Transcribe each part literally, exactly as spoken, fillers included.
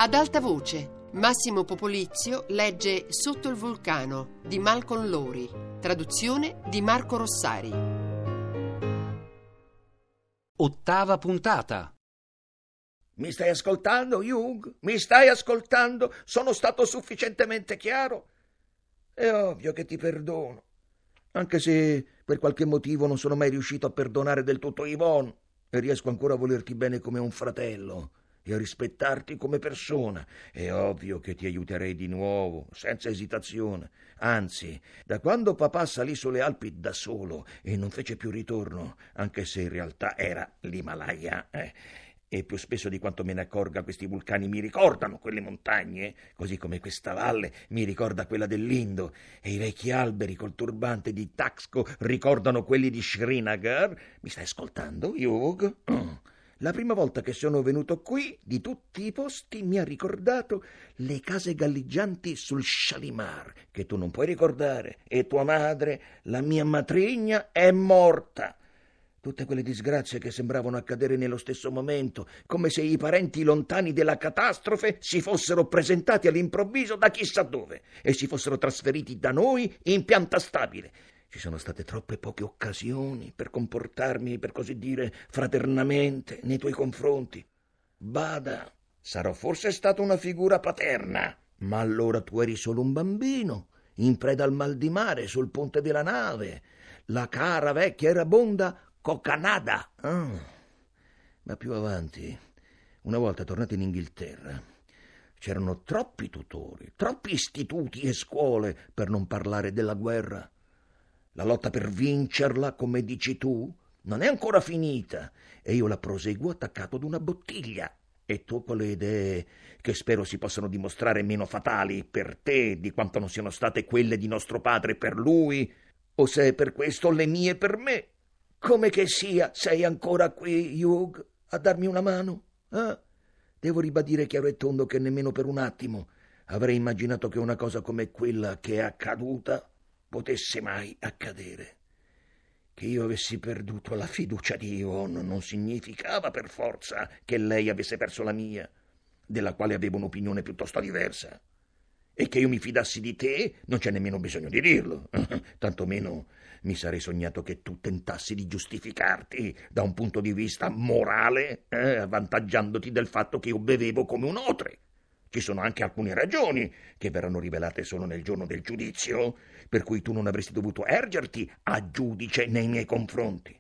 Ad alta voce, Massimo Popolizio legge Sotto il vulcano di Malcolm Lowry, traduzione di Marco Rossari. Ottava puntata. Mi stai ascoltando, Hugh? Mi stai ascoltando? Sono stato sufficientemente chiaro? È ovvio che ti perdono, anche se per qualche motivo non sono mai riuscito a perdonare del tutto Yvonne e riesco ancora a volerti bene come un fratello e a rispettarti come persona. È ovvio che ti aiuterei di nuovo, senza esitazione. Anzi, da quando papà salì sulle Alpi da solo e non fece più ritorno, anche se in realtà era l'Himalaya, eh, e più spesso di quanto me ne accorga questi vulcani mi ricordano quelle montagne, così come questa valle mi ricorda quella dell'Indo, e i vecchi alberi col turbante di Taxco ricordano quelli di Srinagar. Mi stai ascoltando, Hugh? Oh. La prima volta che sono venuto qui, di tutti i posti, mi ha ricordato le case galleggianti sul Shalimar, che tu non puoi ricordare, e tua madre, la mia matrigna, è morta. Tutte quelle disgrazie che sembravano accadere nello stesso momento, come se i parenti lontani della catastrofe si fossero presentati all'improvviso da chissà dove e si fossero trasferiti da noi in pianta stabile. Ci sono state troppe poche occasioni per comportarmi, per così dire, fraternamente nei tuoi confronti. Bada, sarò forse stata una figura paterna, ma allora tu eri solo un bambino, in preda al mal di mare sul ponte della nave. La cara vecchia erabonda Cocanada. Ah. Ma più avanti, una volta tornato in Inghilterra, c'erano troppi tutori, troppi istituti e scuole, per non parlare della guerra. La lotta per vincerla, come dici tu, non è ancora finita e io la proseguo attaccato ad una bottiglia. E tu con le idee che spero si possano dimostrare meno fatali per te di quanto non siano state quelle di nostro padre per lui, o se è per questo le mie per me. Come che sia, sei ancora qui, Hugh, a darmi una mano? Eh? Devo ribadire chiaro e tondo che nemmeno per un attimo avrei immaginato che una cosa come quella che è accaduta potesse mai accadere. Che io avessi perduto la fiducia di Yvonne non significava per forza che lei avesse perso la mia, della quale avevo un'opinione piuttosto diversa. E che io mi fidassi di te non c'è nemmeno bisogno di dirlo. Tantomeno mi sarei sognato che tu tentassi di giustificarti da un punto di vista morale, eh, avvantaggiandoti del fatto che io bevevo come un otre. Ci sono anche alcune ragioni, che verranno rivelate solo nel giorno del giudizio, per cui tu non avresti dovuto ergerti a giudice nei miei confronti.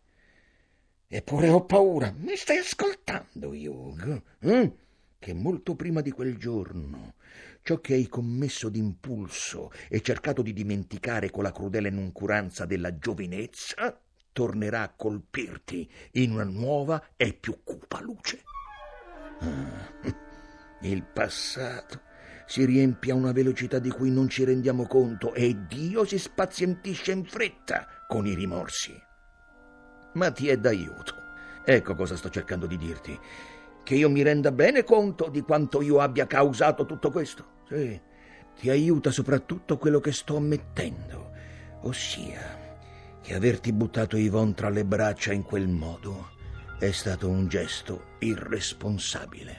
Eppure ho paura. Mi stai ascoltando, Hugh? Eh? Che molto prima di quel giorno ciò che hai commesso d'impulso e cercato di dimenticare con la crudele noncuranza della giovinezza tornerà a colpirti in una nuova e più cupa luce. Ah. Il passato si riempie a una velocità di cui non ci rendiamo conto e Dio si spazientisce in fretta con i rimorsi. Ma ti è d'aiuto. Ecco cosa sto cercando di dirti. Che io mi renda bene conto di quanto io abbia causato tutto questo. Sì, ti aiuta soprattutto quello che sto ammettendo, ossia che averti buttato Yvonne tra le braccia in quel modo è stato un gesto irresponsabile.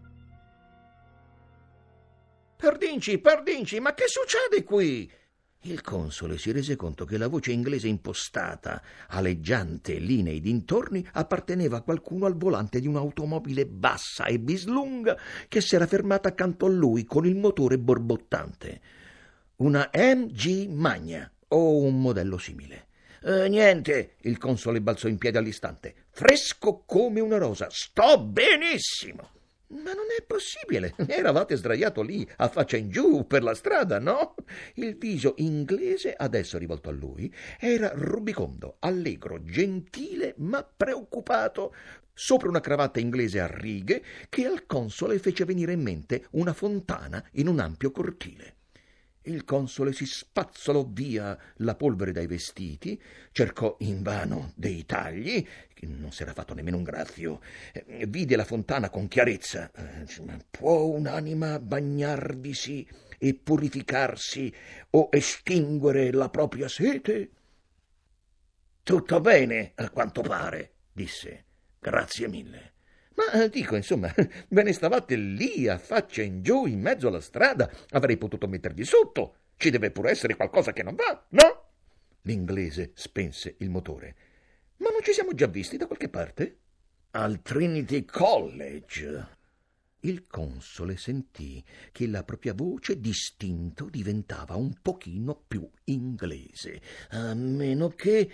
Perdinci, Perdinci, ma che succede qui? Il console si rese conto che la voce inglese impostata, aleggiante lì nei dintorni, apparteneva a qualcuno al volante di un'automobile bassa e bislunga che si era fermata accanto a lui con il motore borbottante. Una M G Magna o un modello simile. Eh, niente, il console balzò in piedi all'istante. Fresco come una rosa, sto benissimo. Ma non è possibile, eravate sdraiato lì, a faccia in giù, per la strada, no? Il viso inglese, adesso rivolto a lui, era rubicondo, allegro, gentile, ma preoccupato, sopra una cravatta inglese a righe che al console fece venire in mente una fontana in un ampio cortile. Il console si spazzolò via la polvere dai vestiti, cercò invano dei tagli, che non s'era fatto nemmeno un graffio, vide la fontana con chiarezza. Può un'anima bagnarvisi e purificarsi o estinguere la propria sete? Tutto bene, a quanto pare, disse. Grazie mille. Ma eh, dico, insomma, ve ne stavate lì a faccia in giù in mezzo alla strada, avrei potuto mettergli sotto. Ci deve pure essere qualcosa che non va, no? L'inglese spense il motore. Ma non ci siamo già visti da qualche parte? Al Trinity College. Il console sentì che la propria voce distinto diventava un pochino più inglese. A meno che...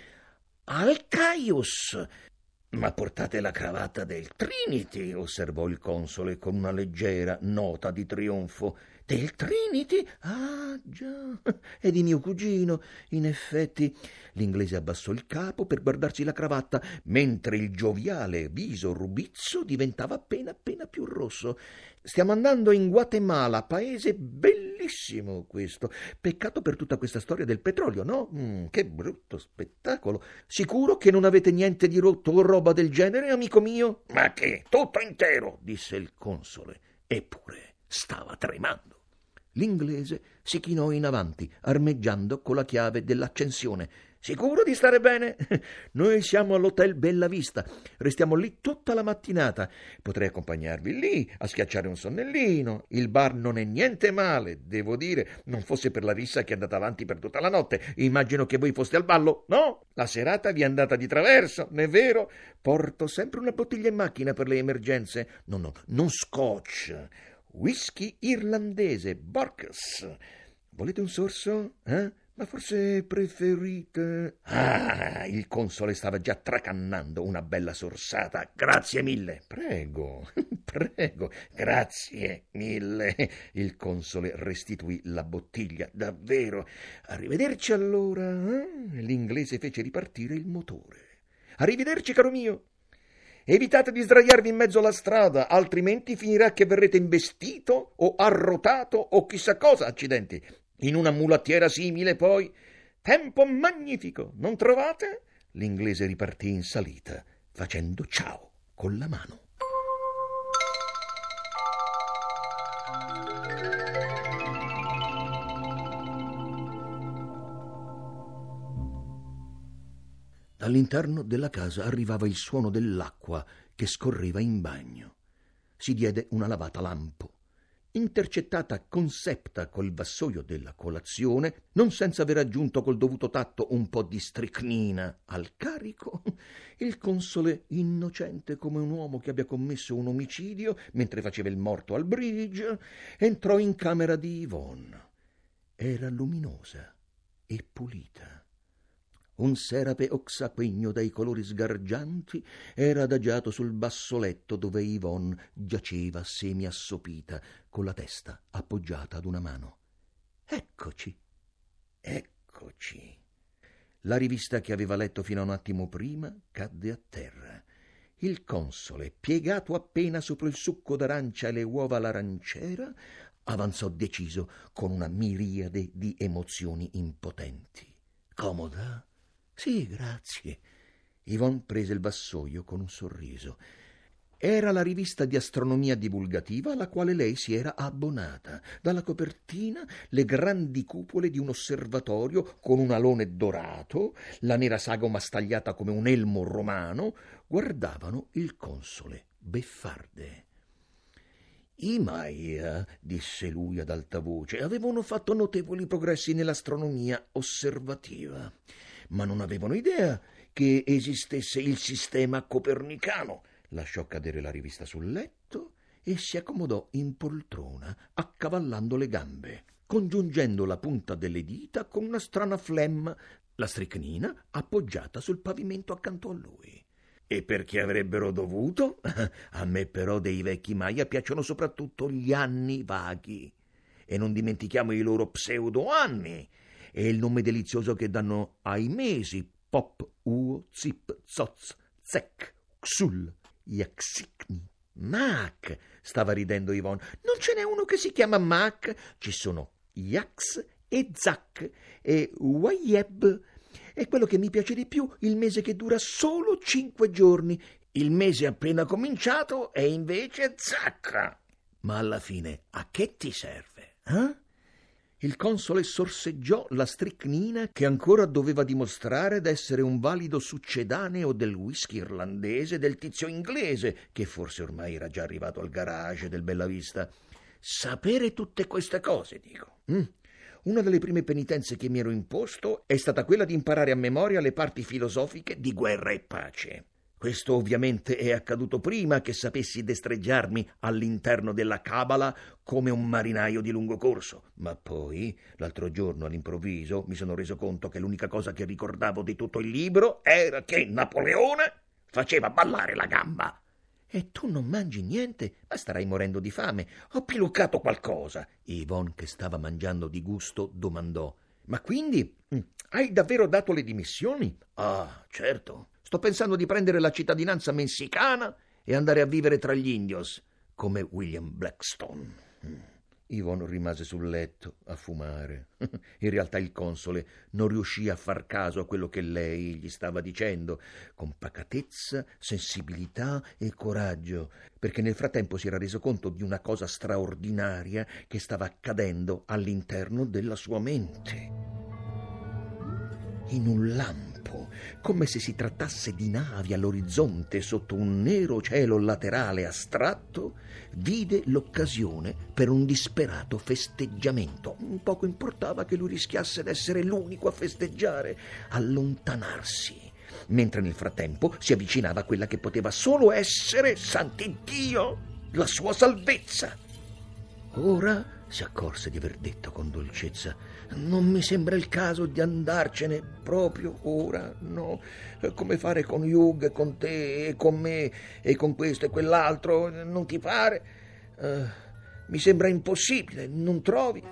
Al Caius. Ma portate la cravatta del Trinity, osservò il console con una leggera nota di trionfo. Del Trinity? Ah, già, è di mio cugino. In effetti, l'inglese abbassò il capo per guardarsi la cravatta, mentre il gioviale viso rubizzo diventava appena appena più rosso. Stiamo andando in Guatemala, paese bellissimo questo. Peccato per tutta questa storia del petrolio, no? Mm, che brutto spettacolo. Sicuro che non avete niente di rotto o roba del genere, amico mio? Ma che, tutto intero, disse il console. Eppure stava tremando. L'inglese si chinò in avanti, armeggiando con la chiave dell'accensione. Sicuro di stare bene? Noi siamo all'Hotel Bella Vista. Restiamo lì tutta la mattinata. Potrei accompagnarvi lì a schiacciare un sonnellino. Il bar non è niente male, devo dire, non fosse per la rissa che è andata avanti per tutta la notte. Immagino che voi foste al ballo, no? La serata vi è andata di traverso, non è vero? Porto sempre una bottiglia in macchina per le emergenze. No, no, non scotch. Whisky irlandese, Borkus. Volete un sorso? Eh? Ma forse preferite... Ah, il console stava già tracannando una bella sorsata. Grazie mille. Prego, prego, grazie mille. Il console restituì la bottiglia. Davvero. Arrivederci allora. Eh? L'inglese fece ripartire il motore. Arrivederci, caro mio. Evitate di sdraiarvi in mezzo alla strada, altrimenti finirà che verrete investito o arrotato o chissà cosa, accidenti. In una mulattiera simile, poi. Tempo magnifico, non trovate? L'inglese ripartì in salita, facendo ciao con la mano. Dall'interno della casa arrivava il suono dell'acqua che scorreva in bagno. Si diede una lavata lampo. Intercettata concepta col vassoio della colazione, non senza aver aggiunto col dovuto tatto un po' di stricnina al carico, il console, innocente come un uomo che abbia commesso un omicidio mentre faceva il morto al bridge, entrò in camera di Yvonne. Era luminosa e pulita. Un serape oxaquegno dai colori sgargianti era adagiato sul basso letto dove Yvonne giaceva semi-assopita, con la testa appoggiata ad una mano. Eccoci, eccoci. La rivista che aveva letto fino a un attimo prima cadde a terra. Il console, piegato appena sopra il succo d'arancia e le uova all'aranciera, avanzò deciso con una miriade di emozioni impotenti. Comoda? Sì, grazie. Yvonne prese il vassoio con un sorriso. Era la rivista di astronomia divulgativa alla quale lei si era abbonata. Dalla copertina le grandi cupole di un osservatorio con un alone dorato, la nera sagoma stagliata come un elmo romano, guardavano il console beffarde. I Maya, disse lui ad alta voce, avevano fatto notevoli progressi nell'astronomia osservativa, ma non avevano idea che esistesse il sistema copernicano. Lasciò cadere la rivista sul letto e si accomodò in poltrona, accavallando le gambe, congiungendo la punta delle dita con una strana flemma, la stricnina appoggiata sul pavimento accanto a lui. E perché avrebbero dovuto? A me però dei vecchi Maya piacciono soprattutto gli anni vaghi. E non dimentichiamo i loro pseudo-anni e il nome delizioso che danno ai mesi: Pop, Uo, Zip, Zoz, Zek, Xul, Yaxicni, Mac. Stava ridendo Yvonne. Non ce n'è uno che si chiama Mac. Ci sono Yax e Zak e Wayeb. E quello che mi piace di più, il mese che dura solo cinque giorni. Il mese appena cominciato è invece Zacca. Ma alla fine a che ti serve? Eh? Il console sorseggiò la stricnina che ancora doveva dimostrare d'essere un valido succedaneo del whisky irlandese del tizio inglese, che forse ormai era già arrivato al garage del Bellavista. Sapere tutte queste cose, dico. Mm? Una delle prime penitenze che mi ero imposto è stata quella di imparare a memoria le parti filosofiche di Guerra e Pace. Questo ovviamente è accaduto prima che sapessi destreggiarmi all'interno della Cabala come un marinaio di lungo corso. Ma poi, l'altro giorno all'improvviso, mi sono reso conto che l'unica cosa che ricordavo di tutto il libro era che Napoleone faceva ballare la gamba. E tu non mangi niente? Ma starai morendo di fame. Ho piluccato qualcosa. Yvonne, che stava mangiando di gusto, domandò. Ma quindi hai davvero dato le dimissioni? Ah, certo. Sto pensando di prendere la cittadinanza messicana e andare a vivere tra gli indios, come William Blackstone. Yvonne rimase sul letto a fumare. In realtà il console non riuscì a far caso a quello che lei gli stava dicendo, con pacatezza, sensibilità e coraggio, perché nel frattempo si era reso conto di una cosa straordinaria che stava accadendo all'interno della sua mente. In un lampo, come se si trattasse di navi all'orizzonte sotto un nero cielo laterale astratto, vide l'occasione per un disperato festeggiamento. Poco importava che lui rischiasse d'essere l'unico a festeggiare, allontanarsi, mentre nel frattempo si avvicinava a quella che poteva solo essere, sant'Iddio, la sua salvezza. Ora si accorse di aver detto con dolcezza: non mi sembra il caso di andarcene proprio ora, no. Come fare con Hugh, con te e con me e con questo e quell'altro, non ti pare? Uh, mi sembra impossibile, non trovi?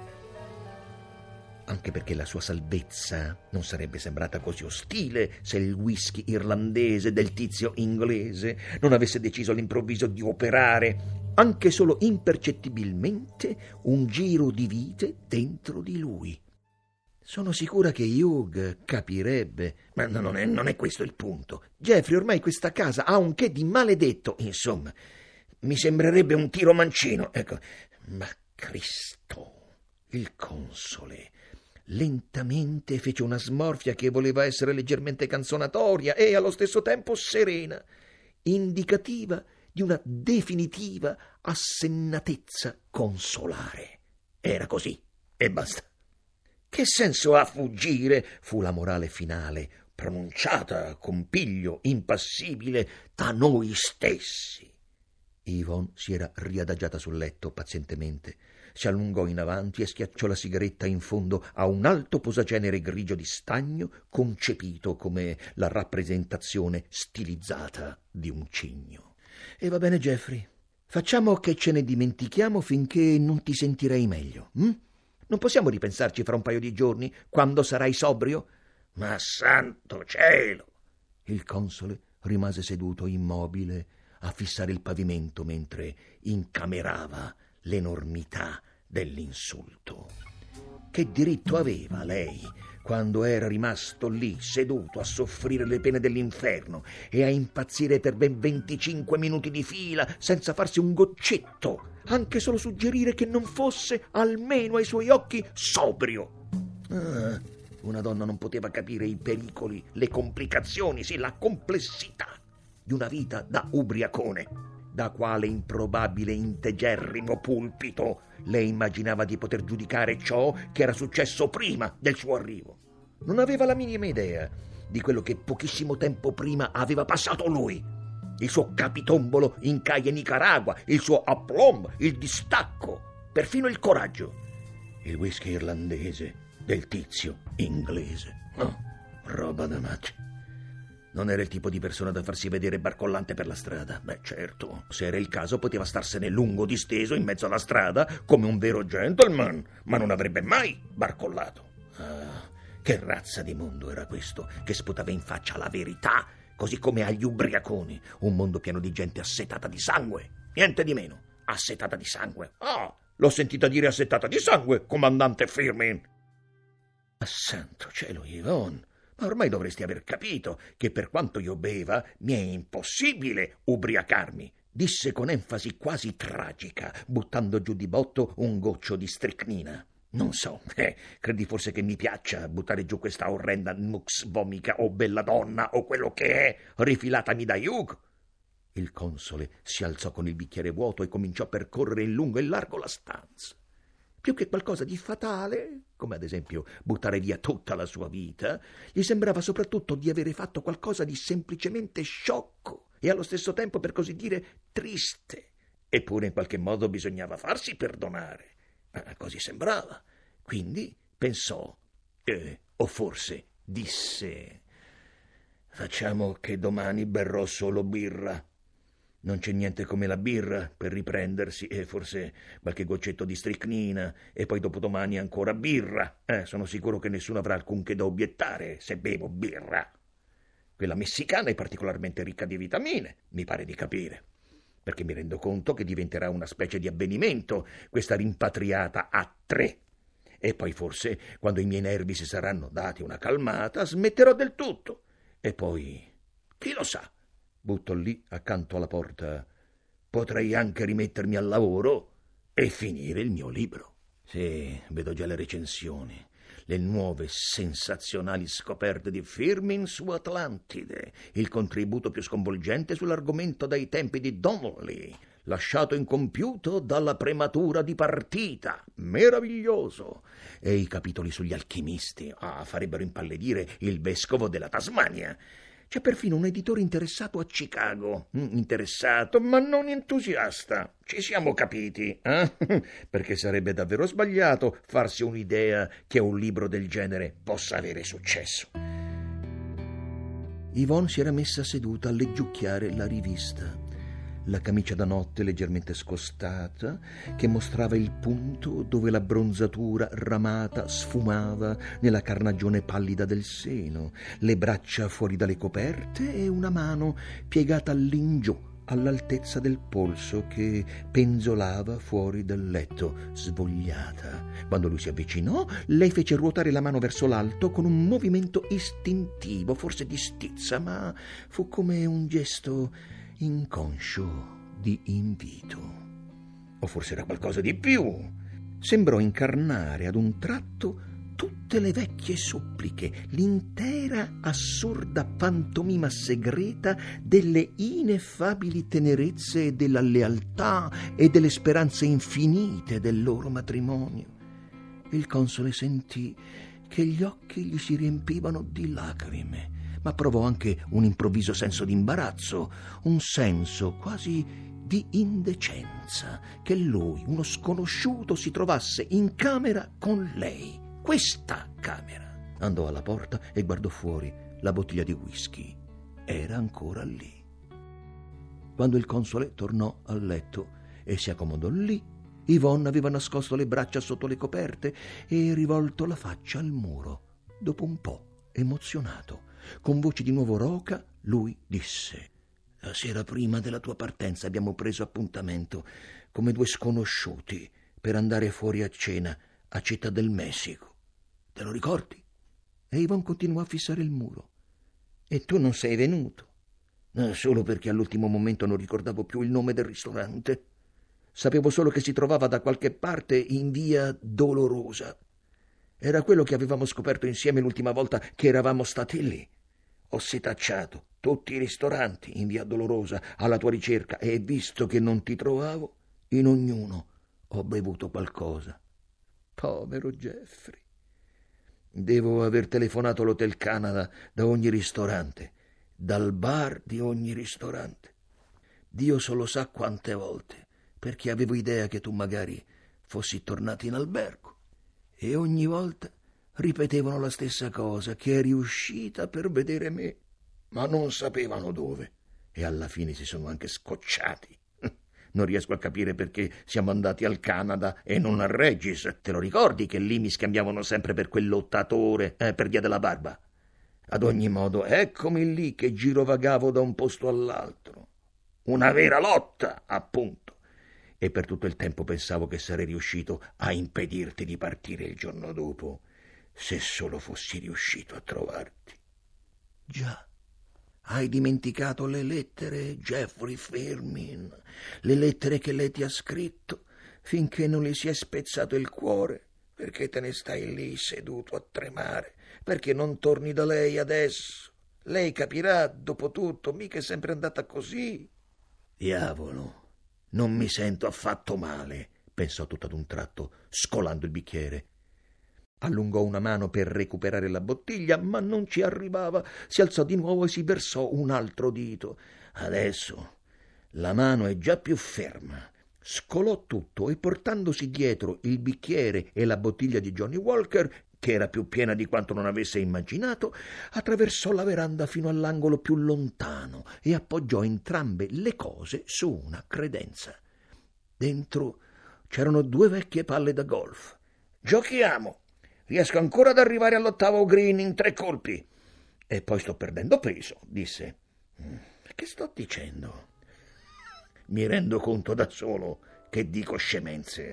Anche perché la sua salvezza non sarebbe sembrata così ostile se il whisky irlandese del tizio inglese non avesse deciso all'improvviso di operare, anche solo impercettibilmente, un giro di vite dentro di lui. Sono sicura che Hugh capirebbe, ma non è, non è questo il punto. Jeffrey, ormai questa casa ha un che di maledetto, insomma, mi sembrerebbe un tiro mancino, ecco. Ma Cristo, il console lentamente fece una smorfia che voleva essere leggermente canzonatoria e allo stesso tempo serena, indicativa di una definitiva assennatezza consolare. Era così e basta. Che senso ha fuggire? Fu la morale finale, pronunciata con piglio impassibile da noi stessi. Yvonne si era riadagiata sul letto pazientemente, si allungò in avanti e schiacciò la sigaretta in fondo a un alto posacenere grigio di stagno concepito come la rappresentazione stilizzata di un cigno. E va bene, Jeffrey, facciamo che ce ne dimentichiamo finché non ti sentirei meglio. Hm? Non possiamo ripensarci fra un paio di giorni, quando sarai sobrio? Ma santo cielo! Il console rimase seduto immobile a fissare il pavimento mentre incamerava l'enormità dell'insulto. Che diritto aveva lei, quando era rimasto lì seduto a soffrire le pene dell'inferno e a impazzire per ben venticinque minuti di fila senza farsi un goccetto, anche solo suggerire che non fosse almeno ai suoi occhi sobrio? Ah, una donna non poteva capire i pericoli, le complicazioni, sì, la complessità di una vita da ubriacone. Da quale improbabile integerrimo pulpito lei immaginava di poter giudicare ciò che era successo prima del suo arrivo? Non aveva la minima idea di quello che pochissimo tempo prima aveva passato lui. Il suo capitombolo in Caia Nicaragua, il suo aplomb, il distacco, perfino il coraggio. Il whisky irlandese del tizio inglese. Oh, roba da matti. Non era il tipo di persona da farsi vedere barcollante per la strada. Beh, certo, se era il caso poteva starsene lungo disteso in mezzo alla strada come un vero gentleman, ma non avrebbe mai barcollato. Ah, che razza di mondo era questo che sputava in faccia la verità, così come agli ubriaconi, un mondo pieno di gente assetata di sangue, niente di meno, assetata di sangue. Ah, l'ho sentita dire assetata di sangue, comandante Firmin. Ma santo cielo, Yvonne, ma ormai dovresti aver capito che per quanto io beva mi è impossibile ubriacarmi, disse con enfasi quasi tragica, buttando giù di botto un goccio di stricnina. Non so, eh, credi forse che mi piaccia buttare giù questa orrenda nux vomica o bella donna o quello che è, rifilatami da Hugh? Il console si alzò con il bicchiere vuoto e cominciò a percorrere in lungo e in largo la stanza. Più che qualcosa di fatale, come ad esempio buttare via tutta la sua vita, gli sembrava soprattutto di avere fatto qualcosa di semplicemente sciocco e allo stesso tempo, per così dire, triste. Eppure in qualche modo bisognava farsi perdonare. Ma così sembrava. Quindi pensò, eh, o forse disse, facciamo che domani berrò solo birra. Non c'è niente come la birra per riprendersi e forse qualche goccetto di stricnina e poi dopodomani ancora birra. Eh, sono sicuro che nessuno avrà alcunché da obiettare se bevo birra. Quella messicana è particolarmente ricca di vitamine, mi pare di capire, perché mi rendo conto che diventerà una specie di avvenimento questa rimpatriata a tre. E poi forse, quando i miei nervi si saranno dati una calmata, smetterò del tutto. E poi, chi lo sa? Butto lì accanto alla porta. Potrei anche rimettermi al lavoro e finire il mio libro. Sì, vedo già le recensioni, le nuove sensazionali scoperte di Firmin su Atlantide, il contributo più sconvolgente sull'argomento dai tempi di Donnelly, lasciato incompiuto dalla prematura di partita. Meraviglioso! E i capitoli sugli alchimisti, ah, farebbero impallidire il vescovo della Tasmania. C'è perfino un editore interessato a Chicago. Mm, interessato, ma non entusiasta. Ci siamo capiti, eh? Perché sarebbe davvero sbagliato farsi un'idea che un libro del genere possa avere successo. Yvonne si era messa seduta a leggiucchiare la rivista. La camicia da notte leggermente scostata, che mostrava il punto dove la bronzatura ramata sfumava nella carnagione pallida del seno, le braccia fuori dalle coperte e una mano piegata all'ingiù all'altezza del polso che penzolava fuori dal letto, svogliata. Quando lui si avvicinò, lei fece ruotare la mano verso l'alto con un movimento istintivo, forse di stizza, ma fu come un gesto inconscio di invito. O forse era qualcosa di più. Sembrò incarnare ad un tratto tutte le vecchie suppliche, l'intera assurda pantomima segreta delle ineffabili tenerezze e della lealtà e delle speranze infinite del loro matrimonio. Il console sentì che gli occhi gli si riempivano di lacrime, ma provò anche un improvviso senso di imbarazzo, un senso quasi di indecenza, che lui, uno sconosciuto, si trovasse in camera con lei. Questa camera. Andò alla porta e guardò fuori. La bottiglia di whisky era ancora lì. Quando il console tornò a letto e si accomodò lì, Yvonne aveva nascosto le braccia sotto le coperte e rivolto la faccia al muro. Dopo un po', emozionato, con voce di nuovo roca, lui disse: la sera prima della tua partenza abbiamo preso appuntamento come due sconosciuti per andare fuori a cena a Città del Messico. Te lo ricordi? E Yvonne continuò a fissare il muro. E tu non sei venuto? Eh, solo perché all'ultimo momento non ricordavo più il nome del ristorante. Sapevo solo che si trovava da qualche parte in via Dolorosa. Era quello che avevamo scoperto insieme l'ultima volta che eravamo stati lì. Ho setacciato tutti i ristoranti in via Dolorosa alla tua ricerca e visto che non ti trovavo, in ognuno ho bevuto qualcosa. Povero Jeffrey. Devo aver telefonato all'Hotel Canada da ogni ristorante, dal bar di ogni ristorante. Dio solo sa quante volte, perché avevo idea che tu magari fossi tornato in albergo. E ogni volta ripetevano la stessa cosa, che eri uscita per vedere me, ma non sapevano dove. E alla fine si sono anche scocciati. Non riesco a capire perché siamo andati al Canada e non a Regis. Te lo ricordi che lì mi scambiavano sempre per quel lottatore, eh, per via della barba? Ad ogni modo, eccomi lì che girovagavo da un posto all'altro. Una vera lotta, appunto. E per tutto il tempo pensavo che sarei riuscito a impedirti di partire il giorno dopo, se solo fossi riuscito a trovarti. Già. Hai dimenticato le lettere, Jeffrey Firmin, le lettere che lei ti ha scritto finché non le si è spezzato il cuore Perché te ne stai lì seduto a tremare? Perché non torni da lei adesso? Lei capirà, dopo tutto, mica è sempre andata così. Diavolo, non mi sento affatto male, pensò tutto ad un tratto, scolando il bicchiere. Allungò una mano per recuperare la bottiglia, ma non ci arrivava. Si alzò di nuovo e si versò un altro dito. Adesso la mano è già più ferma. Scolò tutto e, portandosi dietro il bicchiere e la bottiglia di Johnny Walker, che era più piena di quanto non avesse immaginato, attraversò la veranda fino all'angolo più lontano e appoggiò entrambe le cose su una credenza. Dentro c'erano due vecchie palle da golf. Giochiamo! Riesco ancora ad arrivare all'ottavo green in tre colpi. E poi sto perdendo peso, disse. Che sto dicendo? Mi rendo conto da solo che dico scemenze.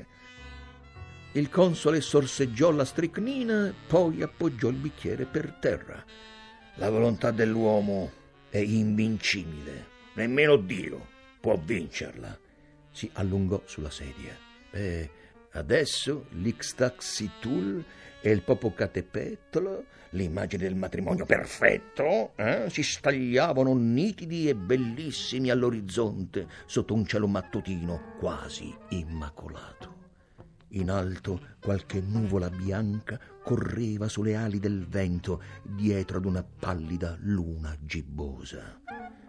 Il console sorseggiò la stricnina, poi appoggiò il bicchiere per terra. La volontà dell'uomo è invincibile. Nemmeno Dio può vincerla. Si allungò sulla sedia. E adesso l'Ixtaxitul e il Popocatepetl, l'immagine del matrimonio perfetto, eh, si stagliavano nitidi e bellissimi all'orizzonte sotto un cielo mattutino quasi immacolato. In alto qualche nuvola bianca correva sulle ali del vento dietro ad una pallida luna gibbosa.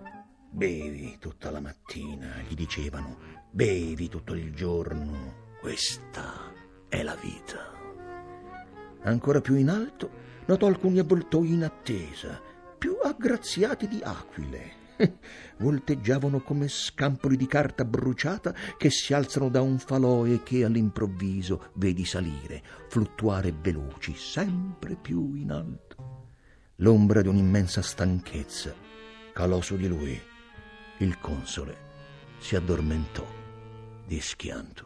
Bevi tutta la mattina, gli dicevano, bevi tutto il giorno, questa è la vita. Ancora più in alto notò alcuni avvoltoi in attesa, più aggraziati di aquile. Volteggiavano come scampoli di carta bruciata che si alzano da un falò e che all'improvviso vedi salire, fluttuare veloci, sempre più in alto. L'ombra di un'immensa stanchezza calò su di lui. Il console si addormentò di schianto.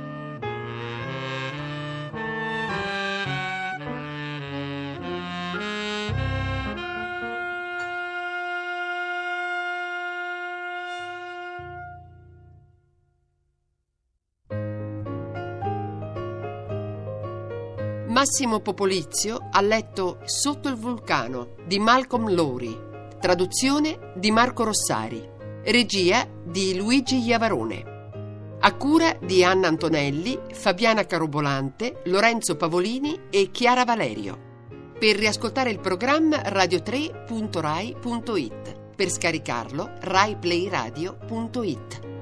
Massimo Popolizio ha letto Sotto il vulcano di Malcolm Lowry, traduzione di Marco Rossari, regia di Luigi Iavarone, a cura di Anna Antonelli, Fabiana Carobolante, Lorenzo Pavolini e Chiara Valerio. Per riascoltare il programma radio tre punto rai punto it, per scaricarlo rai play radio punto it.